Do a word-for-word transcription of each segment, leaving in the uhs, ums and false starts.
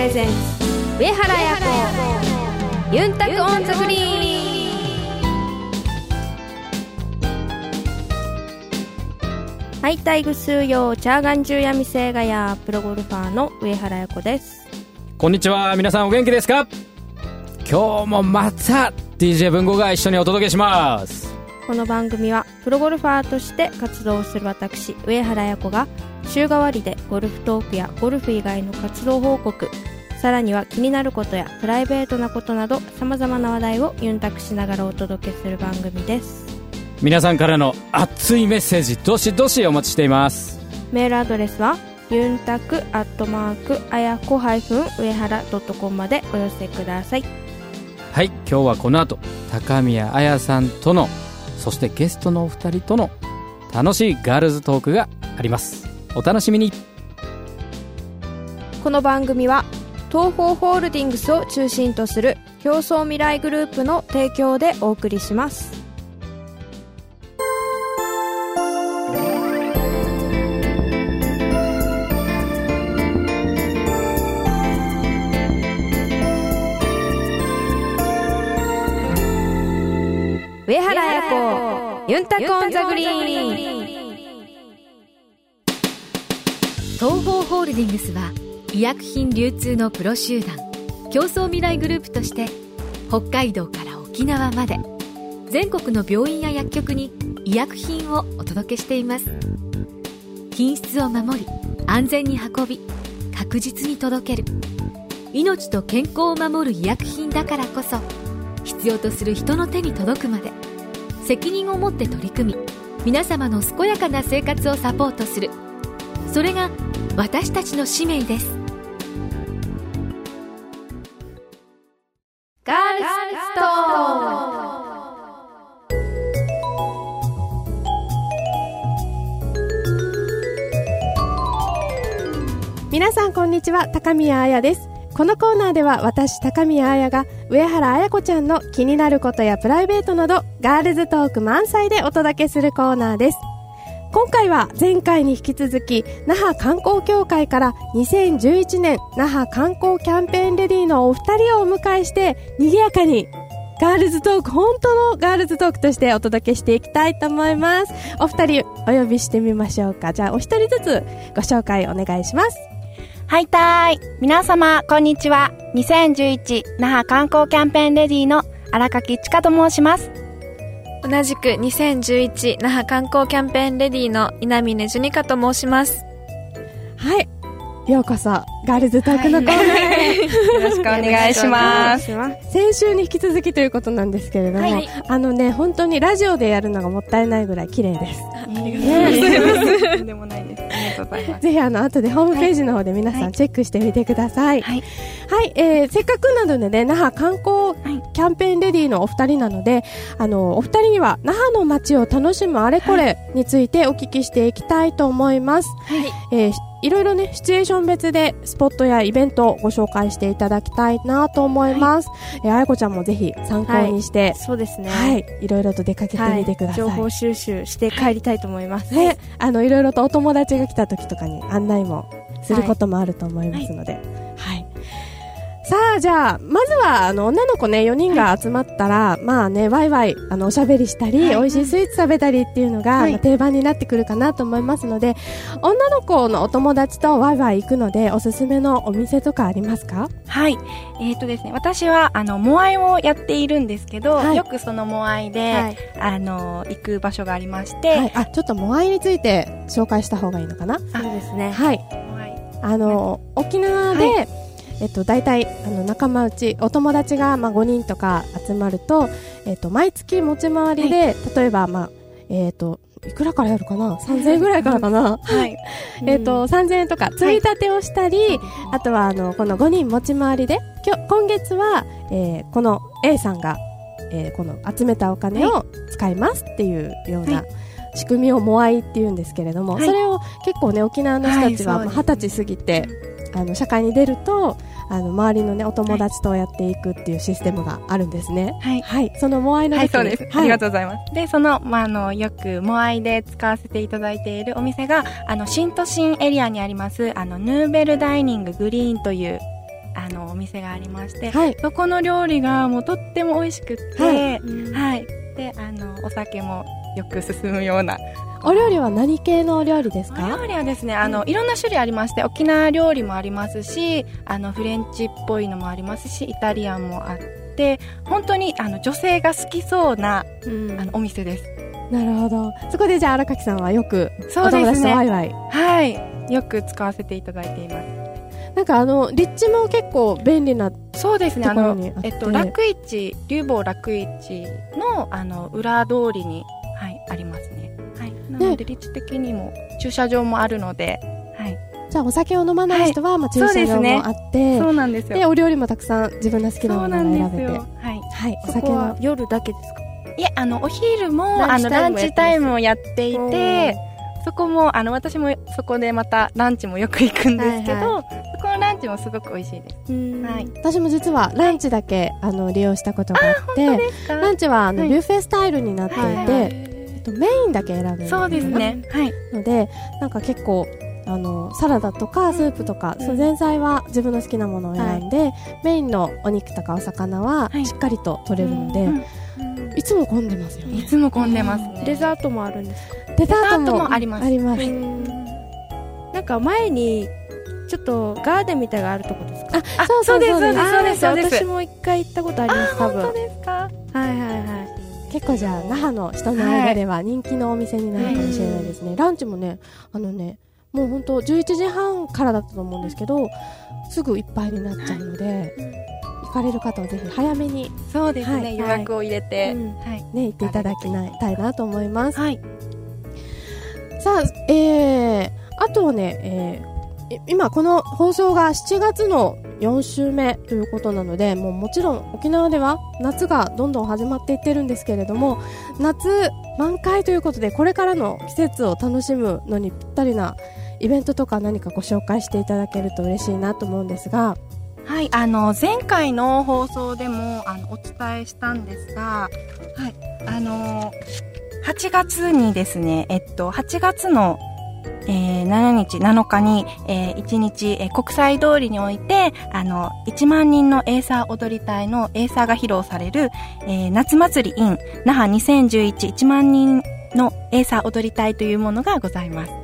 レゼンツ上原彩子ユンタクオンザグリーン。はい、タイグスーヨーチャーガンジュヤミセイガヤプロゴルファーの上原彩子です。 こんにちは、皆さんお元気ですか？今日もまた ディージェー 文吾が一緒にお届けします。 この番組はプロゴルファーとして活動する私上原彩子が週替わりでゴルフトークやゴルフ以外の活動報告、さらには気になることやプライベートなことなど様々な話題をユンタクしながらお届けする番組です。 皆さんからの熱いメッセージどしどしお待ちしています。 メールアドレスはユンタクアットマークあやこ上原 .com までお寄せください。 はい、今日はこの後高宮彩さんとの、そしてゲストのお二人との楽しいガールズトークがあります。お楽しみに。 この番組は東方ホールディングスを中心とする競争未来グループの提供でお送りします。上原彩子ユンタクオンザグリーン。 東方ホールディングスは医薬品流通のプロ集団競争未来グループとして北海道から沖縄まで全国の病院や薬局に医薬品をお届けしています。品質を守り安全に運び確実に届ける、命と健康を守る医薬品だからこそ必要とする人の手に届くまで責任を持って取り組み、皆様の健やかな生活をサポートする、それが私たちの使命です。 ガールズトーク。皆さんこんにちは、高宮彩です。このコーナーでは私高宮彩が上原彩子ちゃんの気になることやプライベートなどガールズトーク満載でお届けするコーナーです。今回は前回に引き続き那覇観光協会からにせんじゅういちねん那覇観光キャンペーンレディーのお二人をお迎えして賑やかにガールズトーク、本当のガールズトークとしてお届けしていきたいと思います。お二人お呼びしてみましょうか。じゃあお一人ずつご紹介お願いします。 はいたーい、皆様こんにちは。にせんじゅういち那覇観光キャンペーンレディーの荒垣千佳と申します。 同じくにせんじゅういち那覇観光キャンペーンレディーの稲峰ジュニカと申します。 はい、ようこそガールズトークのコーナーへ、 よろしくお願いします。 先週に引き続きということなんですけれども、はい、あのね、本当にラジオでやるのがもったいないぐらい綺麗です。 ありがとうございます。とんでもないです。ありがとうございます。 ぜひあの後でホームページの方で皆さんチェックしてみてください。はい、はい、えー、せっかくなのでね、那覇観光キャンペーンレディーのお二人なので、あのお二人には那覇の街を楽しむあれこれについてお聞きしていきたいと思います。はい、えーいろいろね、シチュエーション別でスポットやイベントをご紹介していただきたいなと思います。はい、えー、あやこちゃんもぜひ参考にして、はい、 そうですね。 はい、いろいろと出かけてみてください。 はい、情報収集して帰りたいと思います。 はい、ね、あのいろいろとお友達が来た時とかに案内もすることもあると思いますので、はい。はい、さあ、じゃあまずはあの女の子ねよにんが集まったら、はい、まあねワイワイあのおしゃべりしたり、はい、美味しいスイーツ食べたりっていうのが、はい、まあ、定番になってくるかなと思いますので、女の子のお友達とワイワイ行くのでおすすめのお店とかありますか？ はい、えーとですね、私はあのモアイをやっているんですけど、はい、よくそのモアイで、はい、あの行く場所がありまして、はい、 あ、ちょっとモアイについて紹介した方がいいのかな？ そうですね。 はい、あの沖縄で、はい、えっと、大体あの仲間内お友達がまあごにんとか集まると、えっと、毎月持ち回りで、はい、例えば、まあえっと、いくらからやるかな、さんぜんえんぐらいからかな、はい、えっとさんぜんえんとか積み立てをしたり、はい、あとはあのこのごにん持ち回りで今日今月は、えー、この A さんが、えー、この集めたお金を使いますっていうような、はい、仕組みをモアイっていうんですけれども、はい、それを結構ね沖縄の人たちは二十歳過ぎてあの社会に出るとあの周りの、ね、お友達とやっていくっていうシステムがあるんですね。はい、はい、そのモアイの時に、 はい、そうです、はい、ありがとうございます。でその、まあ、あのよくモアイで使わせていただいているお店があの新都心エリアにありますあのヌーベルダイニンググリーンというあ店がありまして、 はい、 そこの料理がもうとっても美味しくって、 はい、 はい、であのお酒もよく進むような。 お料理は何系のお料理ですか？ お料理はですね、あの、いろんな種類ありまして、沖縄料理もありますし、あのフレンチっぽいのもありますし、イタリアンもあって、本当にあの女性が好きそうな、うん、あのお店です。 なるほど。そこでじゃあ荒垣さんはよくお友達とワイワイ、 はい、よく使わせていただいています。 なんかあの立地も結構便利なそうですね、あのえっと楽市竜坊楽市のあの裏通りに、はい、ありますね。はい、なので立地的にも駐車場もあるので、はい、 じゃあお酒を飲まない人は、はい、まあ、駐車場もあって、 そうなんですよ。 でお料理もたくさん自分の好きなものを選べて、 はいはい、 お酒は夜だけですか？ いや、あのお昼もあのランチタイムをやっていて、そこもあの私もそこでまたランチもよく行くんですけど、はいはい、そこのランチもすごく美味しいです。はい、 私も実はランチだけ、はい、あの利用したことがあって、ランチはあの、はい、ビュッフェスタイルになっていて、はいはい、えっと、メインだけ選べる。 そうですね、はい、 のでなんか結構あのサラダとかスープとか、うん、その前菜は自分の好きなものを選んで、はい、メインのお肉とかお魚はしっかりと取れるので、はい、うんうん、いつも混んでますよね。 いつも混んでますね。 デザートもあるんですか？ デザート も, もあります。 あります。 なんか前にちょっとガーデンみたいがあるとこですか？ あ、そうですそうですそうですそうです。 私も一回行ったことあります。多分。 本当ですか？ はいはいはい。 結構じゃあ那覇の人の間では人気のお店になるかもしれないですね。はい、ランチもね、あのね、もう本当じゅういちじはんからだったと思うんですけど、すぐいっぱいになっちゃうので、行かれる方はぜひ早めに、 そうですね、はい、予約を入れて、 うん、はい、ね、行っていただきたいなと思います。 はい。 さあ、えー、あとはね、えー、今この放送がしちがつのよん週目ということなので、もうもちろん沖縄では夏がどんどん始まっていってるんですけれども、夏満開ということでこれからの季節を楽しむのにぴったりなイベントとか何かご紹介していただけると嬉しいなと思うんですが。 はい、あの前回の放送でもあのお伝えしたんですが、はい、あのはちがつにですね、えっとはちがつのえー、しちにちなのかに、えー、いちにち、えー、国際通りにおいてあのいちまんにんのエイサー踊り隊のエイサーが披露される、えー、夏祭り in 那覇にせんじゅういち いちまんにんのエイサー踊り隊というものがございます。はい、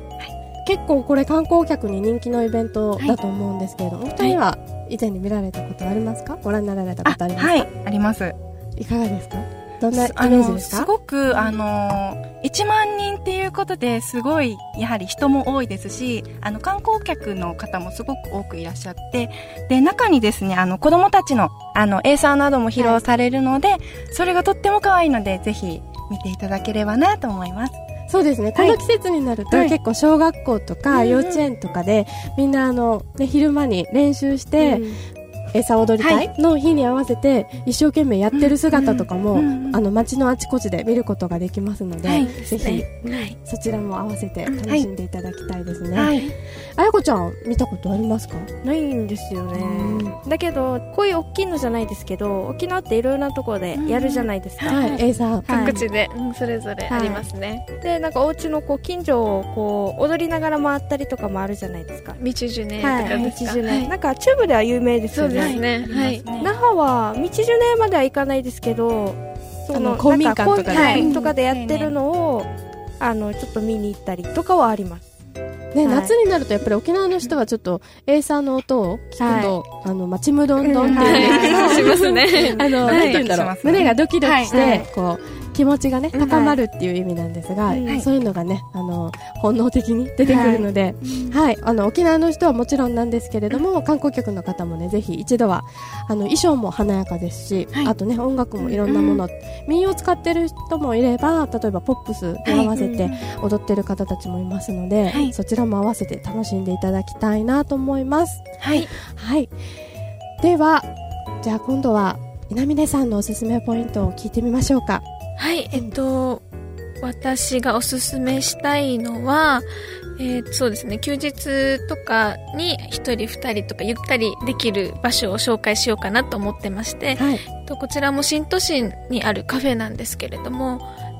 結構これ観光客に人気のイベントだと思うんですけれども、はい、お二人は以前に見られたことありますか？ご覧になられたことありますか？ はい、あります。 いかがですか？どんなイメージですか？ すごくあのいちまんにんっていうことですごいやはり人も多いですし、あの観光客の方もすごく多くいらっしゃって、で中にですね、あの子供たちのあのエイサーなども披露されるので、はい、それがとっても可愛いのでぜひ見ていただければなと思います。 そうですね、この季節になると、はい、結構小学校とか幼稚園とかで、うん、みんなあの、ね、昼間に練習して、うん、エイサー踊り隊の日に合わせて一生懸命やってる姿とかも、うんうん、あの街のあちこちで見ることができますので、はい、ぜひ、はい、そちらも合わせて楽しんでいただきたいですね。はい、あやこちゃん見たことありますか？ ないんですよね。だけどこういう大きいのじゃないですけど、沖縄っていろいろなところでやるじゃないですか。 はい、エイサー各地で、はい、それぞれありますね。 はい、でなんかお家のこう近所をこう踊りながら回ったりとかもあるじゃないですか。 道ジュネとかですか？ はい、道ジュネ、はい、なんか中部では有名ですよね。 そうですね。はい。 那覇は道ジュネまでは行かないですけど、 その公民館とかで、 はい、とかでやってるのを、あのちょっと見に行ったりとかはあります。 ね、はい、夏になるとやっぱり沖縄の人はちょっとエイサーの音を聞くと、はい、あのまちむどんどんっていう、 はい、しますね。 あの、はい、なんて言うんだろう、胸がドキドキして、はい、こう気持ちがね高まるっていう意味なんですが、はい、そういうのがねあの本能的に出てくるので、はいはい、あの沖縄の人はもちろんなんですけれども、観光客の方もねぜひ一度はあの衣装も華やかですし、はい、あとね音楽もいろんなもの、うん、民謡を使ってる人もいれば、例えばポップスに合わせて踊ってる方たちもいますので、はい、そちらも合わせて楽しんでいただきたいなと思います。 はい、 はい、ではじゃあ今度は稲峰さんのおすすめポイントを聞いてみましょうか。 はい、えっと、私がおすすめしたいのは、えー、そうですね、休日とかに一人二人とかゆったりできる場所を紹介しようかなと思ってまして、はい、えっと、こちらも新都心にあるカフェなんですけれども、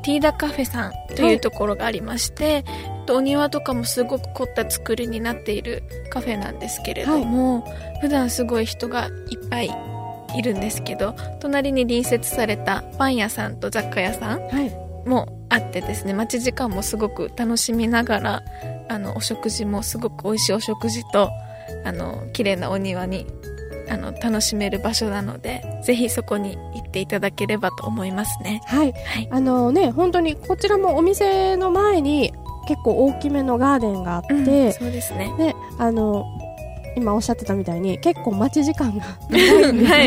ティーダカフェさんというところがありまして、はい、お庭とかもすごく凝った作りになっているカフェなんですけれども、はい、普段すごい人がいっぱいいるんですけど、隣に隣接されたパン屋さんと雑貨屋さんもあってですね、待ち時間もすごく楽しみながら、あのお食事もすごく美味しいお食事と、あの綺麗なお庭にあの楽しめる場所なので、ぜひそこに行っていただければと思いますね。 はい、はい、あのね、本当にこちらもお店の前に結構大きめのガーデンがあって、うん、 そうですね。 で、あの今おっしゃってたみたいに結構待ち時間が長いんです、はい、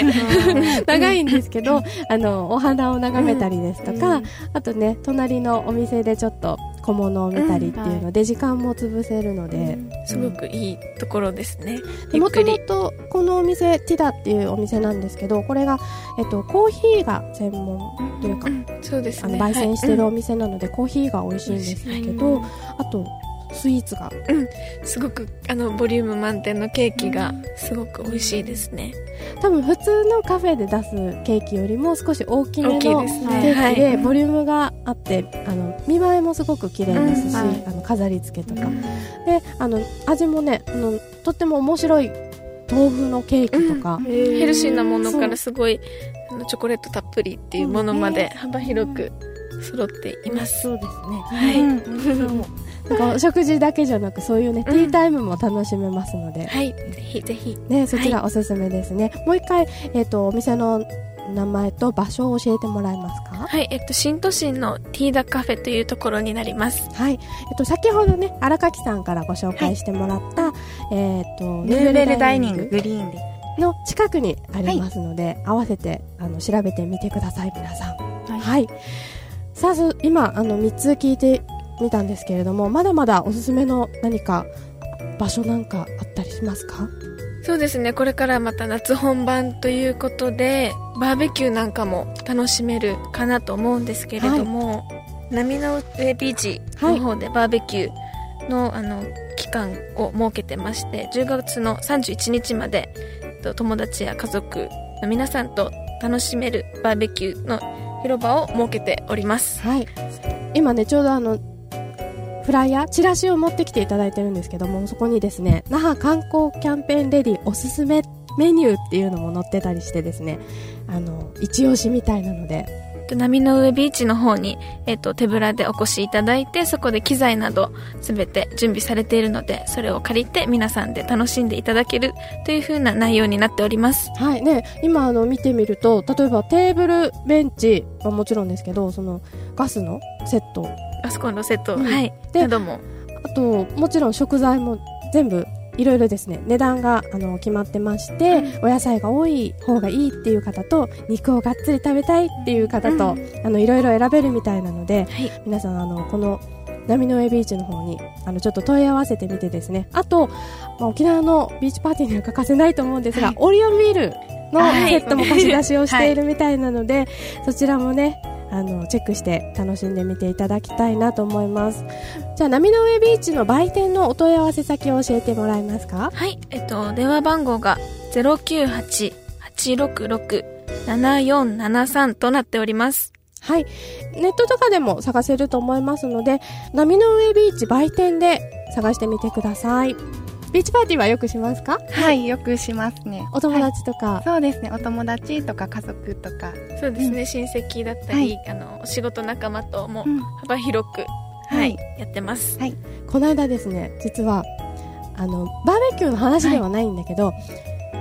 長いんですけど、あのお花を眺めたりですとか、うん、あとね、隣のお店でちょっと小物を見たりっていうので時間も潰せるので、うん、 すごくいいところですね。 もともとこのお店ティダっていうお店なんですけど、これが、えっと、コーヒーが専門というか、うんうん、 そうですね、 あの焙煎してるお店なので、はい、コーヒーが美味しいんですけど、うん、あとスイーツが、 うん、すごくあのボリューム満点のケーキがすごく美味しいですね。 多分普通のカフェで出すケーキよりも少し大きめのケーキでボリュームがあって、あの見栄えもすごく綺麗ですし、うん、はい、あの飾り付けとか、うん、で、あの味もね、あのとっても面白い豆腐のケーキとか、うん、 ヘルシーなものからすごいあのチョコレートたっぷりっていうものまで幅広く揃っています。 うん、そうですね。 はい、 うんなんかお食事だけじゃなく、そういうね、ティータイムも楽しめますので、うん、 はい、ぜひぜひね、そちらおすすめですね。はい、もう一回、えっとお店の名前と場所を教えてもらえますか？ はい、えっと新都心のティーダカフェというところになります。 はい、えっと先ほどね、荒垣さんからご紹介してもらった、はい、えっとヌーベルダイニンググリーンでの近くにありますので、はい、合わせてあの調べてみてください、皆さん。はい。はい、さあ、今あのみっつ聞いて見たんですけれども、まだまだおすすめの何か場所なんかあったりしますか？ そうですね、これからまた夏本番ということでバーベキューなんかも楽しめるかなと思うんですけれども、はい、波の上ビーチの方でバーベキュー の,、はい、あの期間を設けてまして、じゅうがつのさんじゅういちにちまで友達や家族の皆さんと楽しめるバーベキューの広場を設けております。 はい、今ね、ちょうどあのフライヤー、チラシを持ってきていただいてるんですけども、そこにですね、那覇観光キャンペーンレディおすすめメニューっていうのも載ってたりしてですね、あの一押しみたいなので、 波の上ビーチの方に、えっと、手ぶらでお越しいただいて、そこで機材などすべて準備されているので、それを借りて皆さんで楽しんでいただけるという風な内容になっております。 はいね、今あの見てみると、例えばテーブルベンチはもちろんですけど、そのガスのセット、 ガスコンロセット、 うん、 はい、なども、 あともちろん食材も全部いろいろですね、値段があの決まってまして、うん、お野菜が多い方がいいっていう方と、肉をがっつり食べたいっていう方と、うん、あのいろいろ選べるみたいなので、はい、皆さんあのこの波の上ビーチの方にあのちょっと問い合わせてみてですね、あと、まあ、沖縄のビーチパーティーには欠かせないと思うんですが、はい、オリオンビールのセットも貸し出しをしているみたいなので、はい、そちらもね、あのチェックして楽しんでみていただきたいなと思います。じゃあ波の上ビーチの売店のお問い合わせ先を教えてもらえますか？ はい、えっと電話番号が ゼロきゅうはち はちろくろく ななよんななさん となっております。 はい、ネットとかでも探せると思いますので、波の上ビーチ売店で探してみてください。ビーチパーティーはよくしますか？ はい、よくしますね。 お友達とか、はい、 そうですね、お友達とか家族とか、 そうですね、うん、親戚だったり、はい、あのお仕事仲間とも幅広く、うん、はい、はい、やってます。 はい、この間ですね、実はあのバーベキューの話ではないんだけど、はい、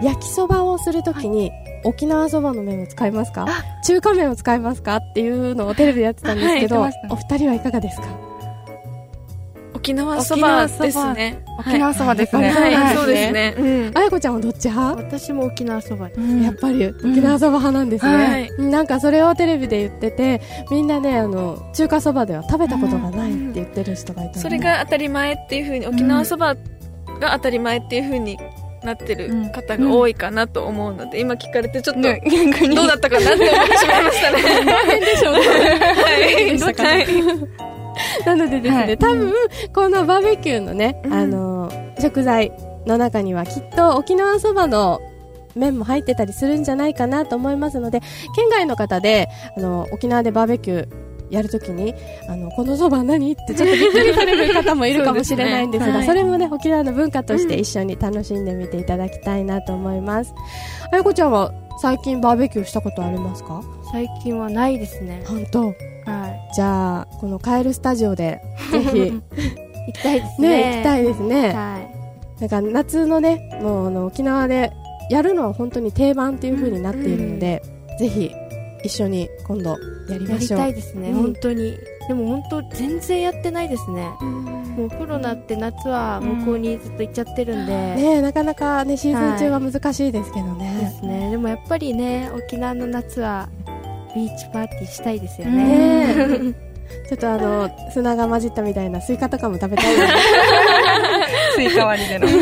焼きそばをするときに、はい、沖縄そばの麺を使いますか、中華麺を使いますかっていうのをテレビでやってたんですけど、はい、お二人はいかがですか？ 沖縄そばですね。 沖縄そばですね。 はい、はい、そうですね。うん。 あやこちゃんはどっち派？ 私も沖縄そば、 うん、やっぱり沖縄そば派なんですね、うん、はい。なんかそれをテレビで言ってて、みんなね、あの中華そばでは食べたことがないって言ってる人がいたので、 それが当たり前っていう風に、沖縄そばが当たり前っていう風になってる方が多いかなと思うので、うん、今聞かれてちょっと、ね、どうだったかなって思ってしまいましたね。 大変でしょうか。はい。どっちはいなのでですね、はい、多分このバーベキューのね、うん、あの食材の中にはきっと沖縄そばの麺も入ってたりするんじゃないかなと思いますので、県外の方であの沖縄でバーベキューやるときにあのこのそば何ってちょっとびっくりされる方もいるかもしれないんですが、 そ, す、ねはい、それもね沖縄の文化として一緒に楽しんでみていただきたいなと思います。あやこちゃんは最近バーベキューしたことありますか？ 最近はないですね。 本当？ はい。 じゃあこのカエルスタジオでぜひ行きたいですね。 ね、行きたいですね。 はい。 なんか夏のねもうあの沖縄でやるのは本当に定番っていう風になっているので、うん、ぜひ一緒に今度やりましょう。 やりたいですね、うん、本当に。でも本当全然やってないですね、うん、もうコロナって夏は向こうにずっと行っちゃってるんで、うんね、なかなかねシーズン中は難しいですけどね、 はい、ですね。でもやっぱりね沖縄の夏はビーチパーティーしたいですよね、 うん、ちょっとあの砂が混じったみたいなスイカとかも食べたいですスイカ割りでの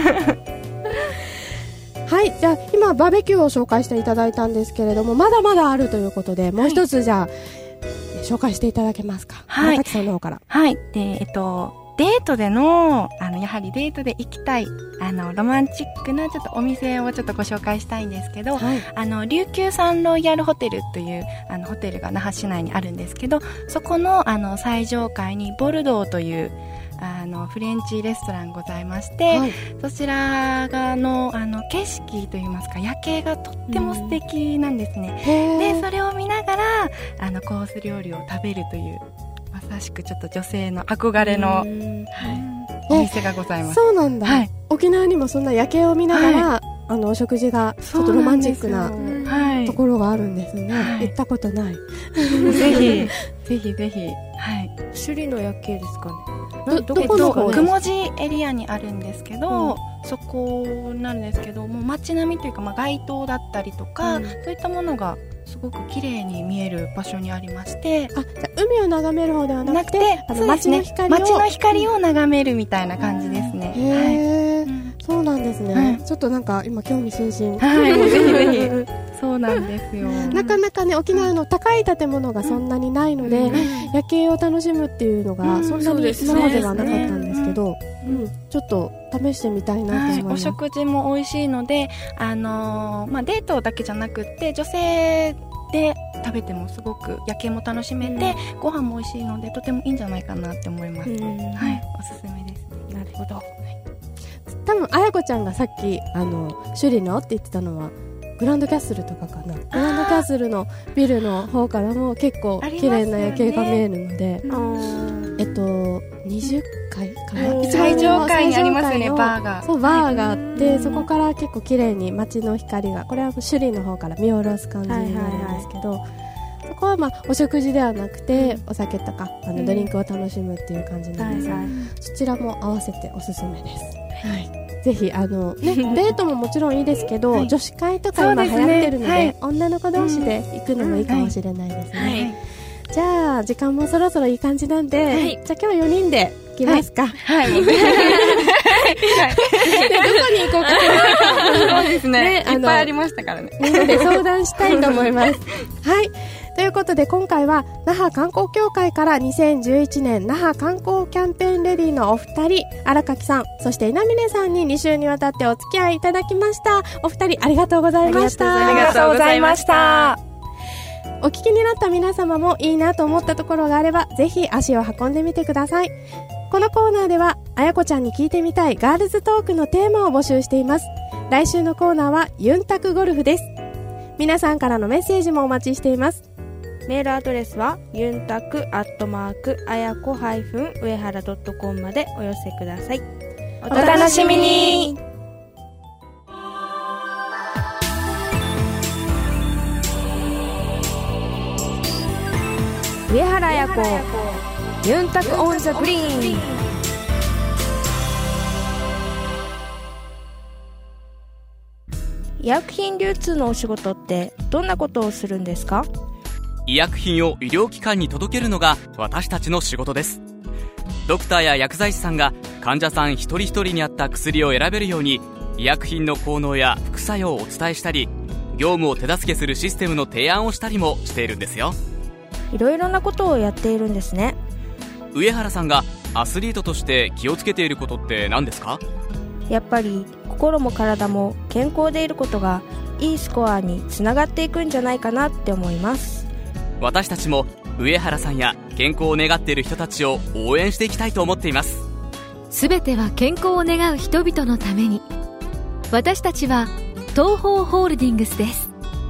はい、じゃあ今バーベキューを紹介していただいたんですけれども、まだまだあるということで、もう一つじゃあ、はい、紹介していただけますか？ はい、 中木さんの方から。 はい。で、えっとデートでのあのやはりデートで行きたいあのロマンチックなちょっとお店をちょっとご紹介したいんですけど、はい、あの琉球サンロイヤルホテルというあのホテルが那覇市内にあるんですけど、そこのあの最上階にボルドーというあのフレンチレストランございまして、はい、そちらがのあの景色といいますか夜景がとっても素敵なんですね、うん、でそれを見ながらあのコース料理を食べるというまさしくちょっと女性の憧れの、はい、お店がございます。 そうなんだ、はい、沖縄にもそんな夜景を見ながら、はい、あのお食事がちょっとロマンチックなところがあるんですね、はい、行ったことないぜひぜひぜひ、はい、 首里の夜景ですかね。 ど, どこの方ですか？ 雲寺エリアにあるんですけど、うん、そこになるんですけどもう街並みというか、まあ、街灯だったりとか、うん、そういったものがすごく綺麗に見える場所にありまして、 あ、じゃあ海を眺める方ではなくて、なくてあの街の光を、 街の光を眺めるみたいな感じですね、 うん、へー、はい、うん、そうなんですね、はい、ちょっとなんか今興味津々、 はい、ぜひぜひそうなんですよ。 なかなかね沖縄の高い建物がそんなにないので、うん、夜景を楽しむっていうのがそんなに今まではなかったんですけど、うんうん、ちょっと試してみたいなと思います、 はい、お食事も美味しいので、あのーまあ、デートだけじゃなくって女性で食べてもすごく夜景も楽しめて、うん、ご飯も美味しいのでとてもいいんじゃないかなって思います、うん、はい、おすすめですね。 なるほど、はい、 多分あやこちゃんがさっきあの首里のって言ってたのはグランドキャッスルとかかな。グランドキャッスルのビルの方からも結構綺麗な夜景が見えるので、えっとにじゅっかいかな、 最上階にありますよね、バーが。 そう、バーがあって、そこから結構綺麗に街の光が、これは首里の方から見下ろす感じになるんですけど、そこはまあお食事ではなくて、お酒とかあのドリンクを楽しむっていう感じなんですが、はいはい、そちらも合わせておすすめです。はい。ぜひあの、ね、デートももちろんいいですけど、はい、女子会とか今流行ってるので、ね、はい、女の子同士で行くのもいいかもしれないですね、はいはい、じゃあ時間もそろそろいい感じなんで、はい、じゃあ今日よにんで行きますか。 はい、はい、でどこに行こうかそうですね、ね、いっぱいありましたからね、 みんなで相談したいと思いますはい、ということで今回は那覇観光協会からにせんじゅういちねん那覇観光キャンペーンレディーのお二人、荒垣さんそして稲峰さんにに週にわたってお付き合いいただきました。お二人ありがとうございました。 ありがとうございました。 お聞きになった皆様もいいなと思ったところがあればぜひ足を運んでみてください。このコーナーではあやこちゃんに聞いてみたいガールズトークのテーマを募集しています。来週のコーナーはユンタクゴルフです。皆さんからのメッセージもお待ちしています。 メールアドレスはユンタクアットマークあやこ上原ドットコムまでお寄せください。 お楽しみに。 上原あやこユンタクオンザグリーン。医薬品流通のお仕事ってどんなことをするんですか？ 医薬品を医療機関に届けるのが私たちの仕事です。ドクターや薬剤師さんが患者さん一人一人に合った薬を選べるように医薬品の効能や副作用をお伝えしたり、業務を手助けするシステムの提案をしたりもしているんですよ。 いろいろなことをやっているんですね。 上原さんがアスリートとして気をつけていることって何ですか？ やっぱり心も体も健康でいることがいいスコアにつながっていくんじゃないかなって思います。 私たちも上原さんや健康を願っている人たちを応援していきたいと思っています。 すべては健康を願う人々のために。私たちは東方ホールディングスです。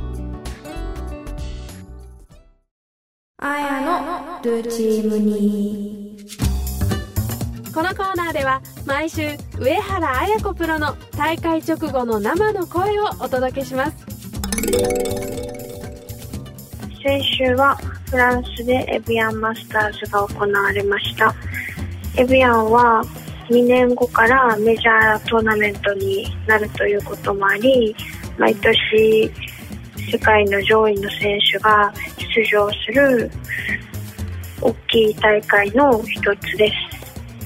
あやのルチームに。このコーナーでは毎週上原彩子プロの大会直後の生の声をお届けします。 先週はフランスでエビアンマスターズが行われました。エビアンはにねんごからメジャートーナメントになるということもあり、毎年世界の上位の選手が出場する大きい大会の一つです。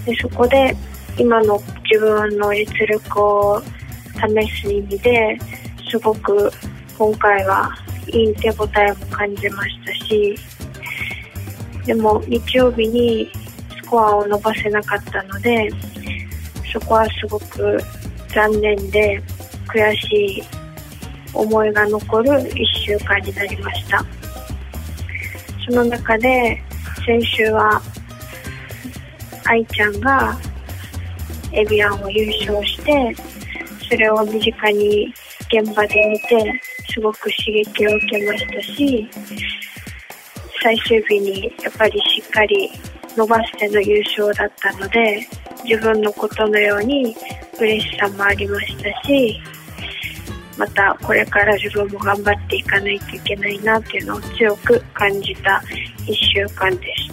で、そこで今の自分の実力を試す意味ですごく今回はいい手応えも感じましたし、でも日曜日にスコアを伸ばせなかったので、そこはすごく残念で悔しい思いが残るいっしゅうかんになりました。その中で先週は愛ちゃんがエビアンを優勝して、それを身近に現場で見てすごく刺激を受けましたし、最終日にやっぱりしっかり伸ばしての優勝だったので、自分のことのように嬉しさもありましたし、またこれから自分も頑張っていかないといけないなっていうのを強く感じたいっしゅうかんでした。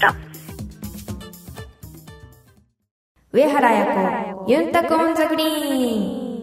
上原彩子ユンタクオンザグリーン。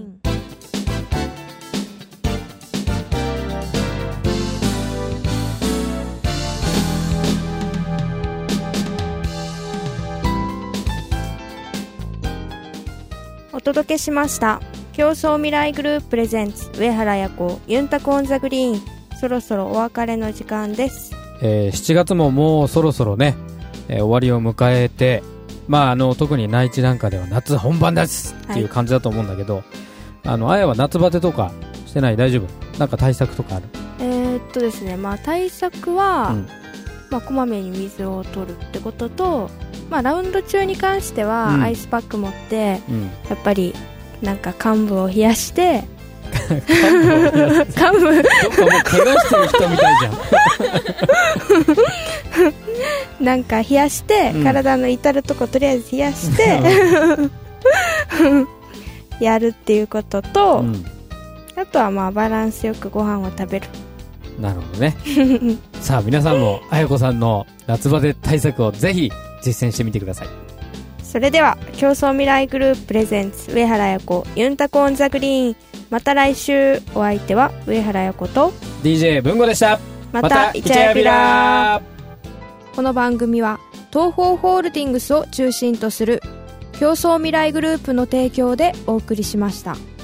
お届けしました競争未来グループプレゼンツ上原彩子ユンタクオンザグリーン。そろそろお別れの時間です。 えー、しちがつももうそろそろね、えー、終わりを迎えて、まああの特に内地なんかでは夏本番ですっていう感じだと思うんだけど、はい、あのあやは夏バテとかしてない？大丈夫？なんか対策とかある？ えー、っとですねまあ対策は、うんまあ、こまめに水を取るってことと、まあ、ラウンド中に関しては、うん、アイスパック持って、うん、やっぱりなんか患部を冷やして患部どっかもう怪我してる人みたいじゃんなんか冷やして、うん、体の至るとことりあえず冷やしてやるっていうことと、うん、あとはまあバランスよくご飯を食べる。 なるほどねさあ皆さんもあやこさんの夏バテ対策をぜひ実践してみてください。 それでは競争未来グループプレゼンツ上原彩子ユンタコオンザグリーン。また来週。お相手は上原彩子とディージェー 文吾でした。 またイチャヤビラ。この番組は東方ホールディングスを中心とする競争未来グループの提供でお送りしました。